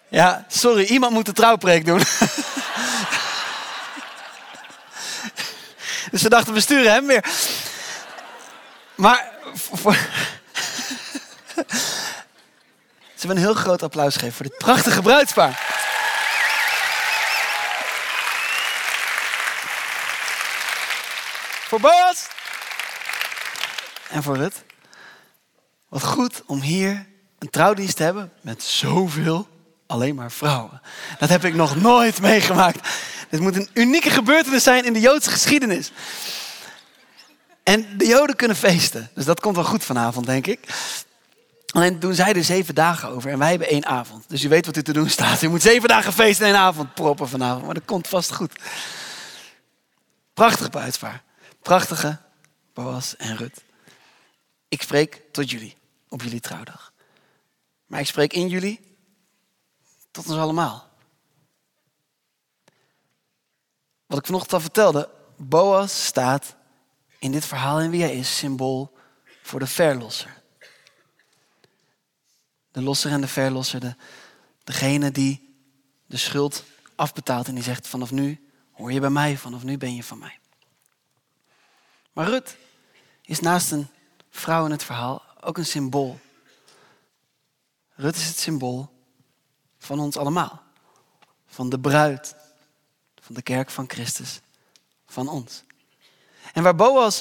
Ja, sorry, iemand moet de trouwpreek doen. Dus ze dachten, we sturen hem weer. Maar ze willen een heel groot applaus geven voor dit prachtige bruidspaar. Voor Boas. En voor Rut. Wat goed om hier een trouwdienst te hebben met zoveel alleen maar vrouwen. Dat heb ik nog nooit meegemaakt. Dit moet een unieke gebeurtenis zijn in de Joodse geschiedenis. En de Joden kunnen feesten. Dus dat komt wel goed vanavond, denk ik. Alleen doen zij er 7 dagen over en wij hebben 1 avond. Dus u weet wat u te doen staat. U moet 7 dagen feesten en 1 avond proppen vanavond. Maar dat komt vast goed. Prachtig bruidspaar. Prachtige Boas en Rut. Ik spreek tot jullie op jullie trouwdag. Maar ik spreek in jullie tot ons allemaal. Wat ik vanochtend al vertelde. Boas staat in dit verhaal en wie hij is symbool voor de verlosser. De losser en de verlosser. Degene die de schuld afbetaalt en die zegt vanaf nu hoor je bij mij, vanaf nu ben je van mij. Maar Rut is naast een vrouw in het verhaal ook een symbool. Rut is het symbool van ons allemaal. Van de bruid, van de kerk van Christus, van ons. En waar Boas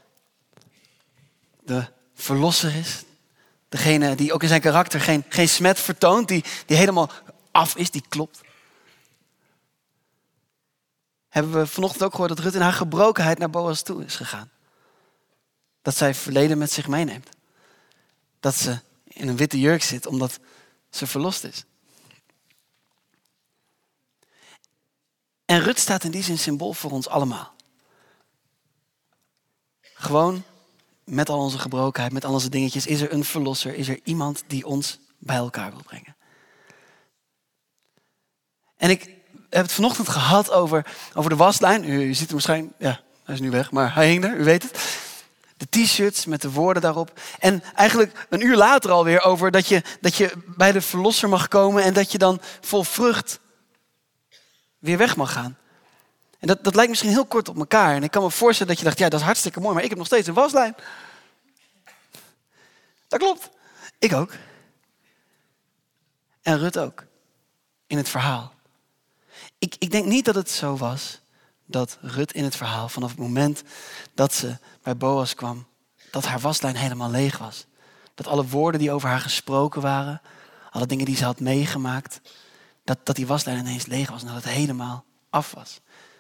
de verlosser is, degene die ook in zijn karakter geen smet vertoont, die helemaal af is, die klopt. Hebben we vanochtend ook gehoord dat Rut in haar gebrokenheid naar Boas toe is gegaan. Dat zij verleden met zich meeneemt. Dat ze in een witte jurk zit omdat ze verlost is. En Rut staat in die zin symbool voor ons allemaal. Gewoon met al onze gebrokenheid, met al onze dingetjes, is er een verlosser, is er iemand die ons bij elkaar wil brengen. En ik heb het vanochtend gehad over de waslijn. U ziet hem waarschijnlijk, ja, hij is nu weg, maar hij hing er, u weet het. De t-shirts met de woorden daarop. En eigenlijk een uur later alweer over dat je bij de verlosser mag komen en dat je dan vol vrucht weer weg mag gaan. En dat lijkt misschien heel kort op elkaar. En ik kan me voorstellen dat je dacht, ja, dat is hartstikke mooi, maar ik heb nog steeds een waslijn. Dat klopt. Ik ook. En Rut ook. In het verhaal. Ik denk niet dat het zo was dat Rut in het verhaal vanaf het moment dat ze bij Boas kwam, dat haar waslijn helemaal leeg was. Dat alle woorden die over haar gesproken waren, alle dingen die ze had meegemaakt, dat die waslijn ineens leeg was en dat het helemaal af was.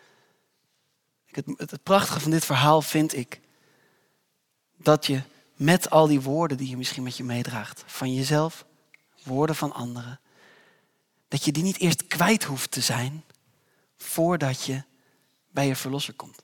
Het prachtige van dit verhaal vind ik dat je met al die woorden die je misschien met je meedraagt, van jezelf, woorden van anderen, dat je die niet eerst kwijt hoeft te zijn voordat je bij je verlosser komt.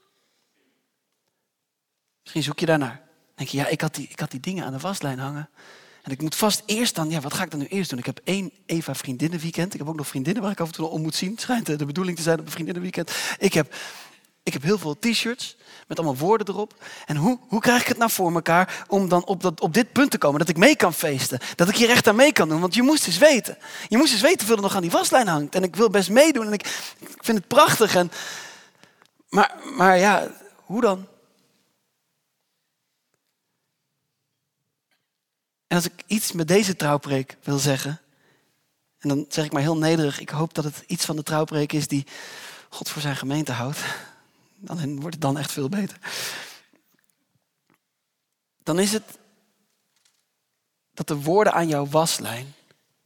Misschien zoek je daarnaar. Denk je, ja, ik had die dingen aan de waslijn hangen. En ik moet vast eerst dan, ja, wat ga ik dan nu eerst doen? Ik heb 1 Eva vriendinnenweekend. Ik heb ook nog vriendinnen waar ik af en toe om moet zien. Het schijnt de bedoeling te zijn op een vriendinnenweekend. Ik heb heel veel t-shirts met allemaal woorden erop. En hoe krijg ik het nou voor elkaar om dan op dit punt te komen? Dat ik mee kan feesten. Dat ik hier echt aan mee kan doen. Want je moest eens weten. Je moest eens weten hoeveel er nog aan die waslijn hangt. En ik wil best meedoen. En ik vind het prachtig. Maar ja, hoe dan? En als ik iets met deze trouwpreek wil zeggen. En dan zeg ik maar heel nederig. Ik hoop dat het iets van de trouwpreek is die God voor zijn gemeente houdt. Dan wordt het dan echt veel beter. Dan is het dat de woorden aan jouw waslijn,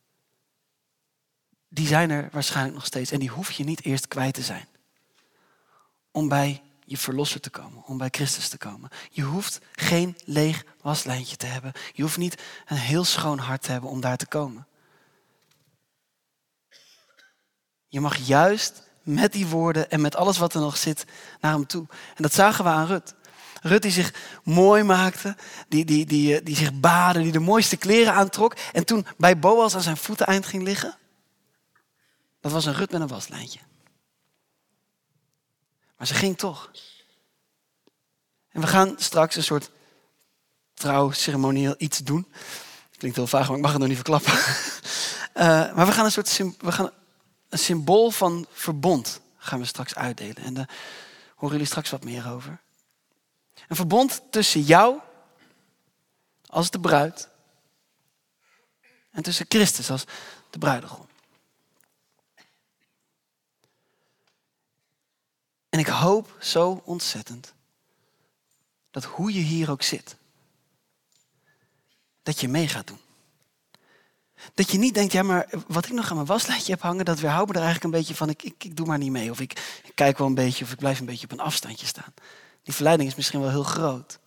die zijn er waarschijnlijk nog steeds. En die hoef je niet eerst kwijt te zijn. Om bij je verlosser te komen. Om bij Christus te komen. Je hoeft geen leeg waslijntje te hebben. Je hoeft niet een heel schoon hart te hebben om daar te komen. Je mag juist met die woorden en met alles wat er nog zit naar hem toe. En dat zagen we aan Rut. Rut die zich mooi maakte, die zich baadde, die de mooiste kleren aantrok. En toen bij Boas aan zijn voeteneind ging liggen, dat was een Rut met een waslijntje. Maar ze ging toch. En we gaan straks een soort trouwceremonieel iets doen. Klinkt heel vaag, maar ik mag het nog niet verklappen. Maar we gaan een symbool van verbond gaan we straks uitdelen. En daar horen jullie straks wat meer over. Een verbond tussen jou als de bruid en tussen Christus als de bruidegom. En ik hoop zo ontzettend dat hoe je hier ook zit, dat je mee gaat doen. Dat je niet denkt, ja, maar wat ik nog aan mijn waslijstje heb hangen, dat weerhoudt me er eigenlijk een beetje van, ik doe maar niet mee. Of ik kijk wel een beetje, of ik blijf een beetje op een afstandje staan. Die verleiding is misschien wel heel groot.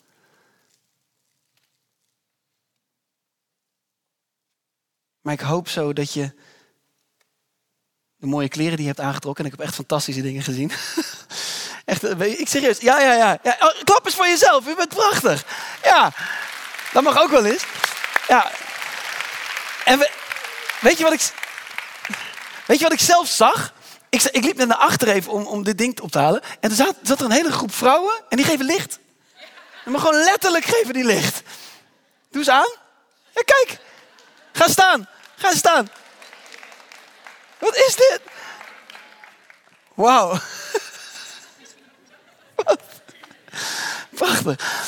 Maar ik hoop zo dat je de mooie kleren die je hebt aangetrokken, en ik heb echt fantastische dingen gezien. Echt, ik serieus, ja. Oh, klap eens voor jezelf, u bent prachtig. Ja, dat mag ook wel eens. Ja. En weet je wat ik zelf zag? Ik liep net naar achter even om dit ding op te halen. En er zat er een hele groep vrouwen en die geven licht. Maar gewoon letterlijk geven die licht. Doe eens aan. Ja, kijk. Ga staan. Wat is dit? Wauw. Prachtig.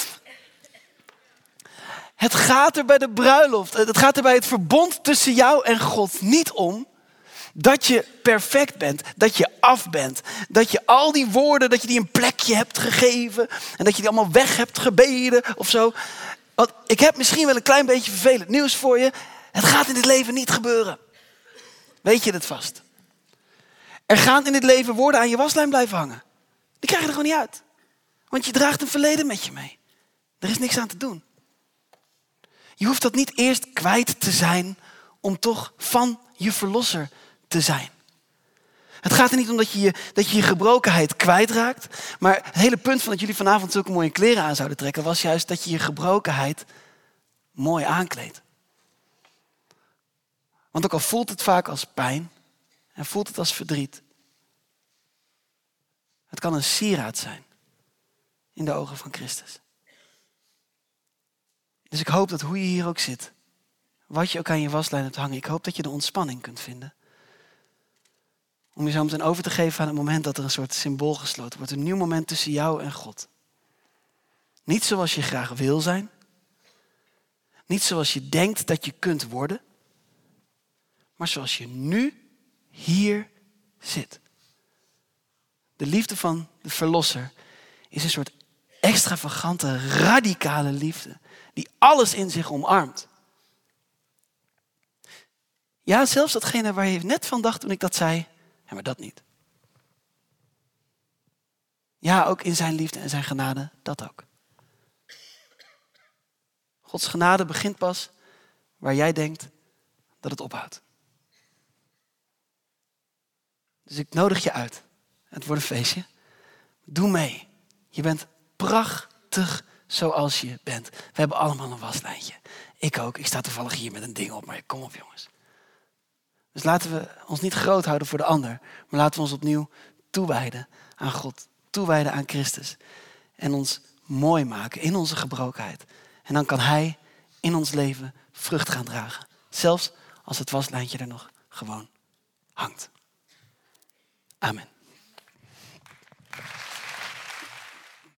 Het gaat er bij de bruiloft, het gaat er bij het verbond tussen jou en God niet om dat je perfect bent, dat je af bent. Dat je al die woorden, dat je die een plekje hebt gegeven en dat je die allemaal weg hebt gebeden of zo. Want ik heb misschien wel een klein beetje vervelend nieuws voor je. Het gaat in dit leven niet gebeuren. Weet je het vast? Er gaan in dit leven woorden aan je waslijn blijven hangen. Die krijg je er gewoon niet uit. Want je draagt een verleden met je mee. Er is niks aan te doen. Je hoeft dat niet eerst kwijt te zijn om toch van je verlosser te zijn. Het gaat er niet om dat je gebrokenheid kwijtraakt. Maar het hele punt van dat jullie vanavond zulke mooie kleren aan zouden trekken was juist dat je je gebrokenheid mooi aankleedt. Want ook al voelt het vaak als pijn en voelt het als verdriet. Het kan een sieraad zijn in de ogen van Christus. Dus ik hoop dat hoe je hier ook zit, wat je ook aan je waslijn hebt hangen, ik hoop dat je de ontspanning kunt vinden. Om je zo meteen over te geven aan het moment dat er een soort symbool gesloten wordt. Een nieuw moment tussen jou en God. Niet zoals je graag wil zijn. Niet zoals je denkt dat je kunt worden. Maar zoals je nu hier zit. De liefde van de verlosser is een soort extravagante, radicale liefde. Die alles in zich omarmt. Ja, zelfs datgene waar je net van dacht toen ik dat zei. Ja, maar dat niet. Ja, ook in zijn liefde en zijn genade, dat ook. Gods genade begint pas waar jij denkt dat het ophoudt. Dus ik nodig je uit. Het wordt een feestje. Doe mee. Je bent prachtig zoals je bent. We hebben allemaal een waslijntje. Ik ook. Ik sta toevallig hier met een ding op. Maar kom op, jongens. Dus laten we ons niet groot houden voor de ander. Maar laten we ons opnieuw toewijden aan God. Toewijden aan Christus. En ons mooi maken in onze gebrokenheid. En dan kan hij in ons leven vrucht gaan dragen. Zelfs als het waslijntje er nog gewoon hangt. Amen.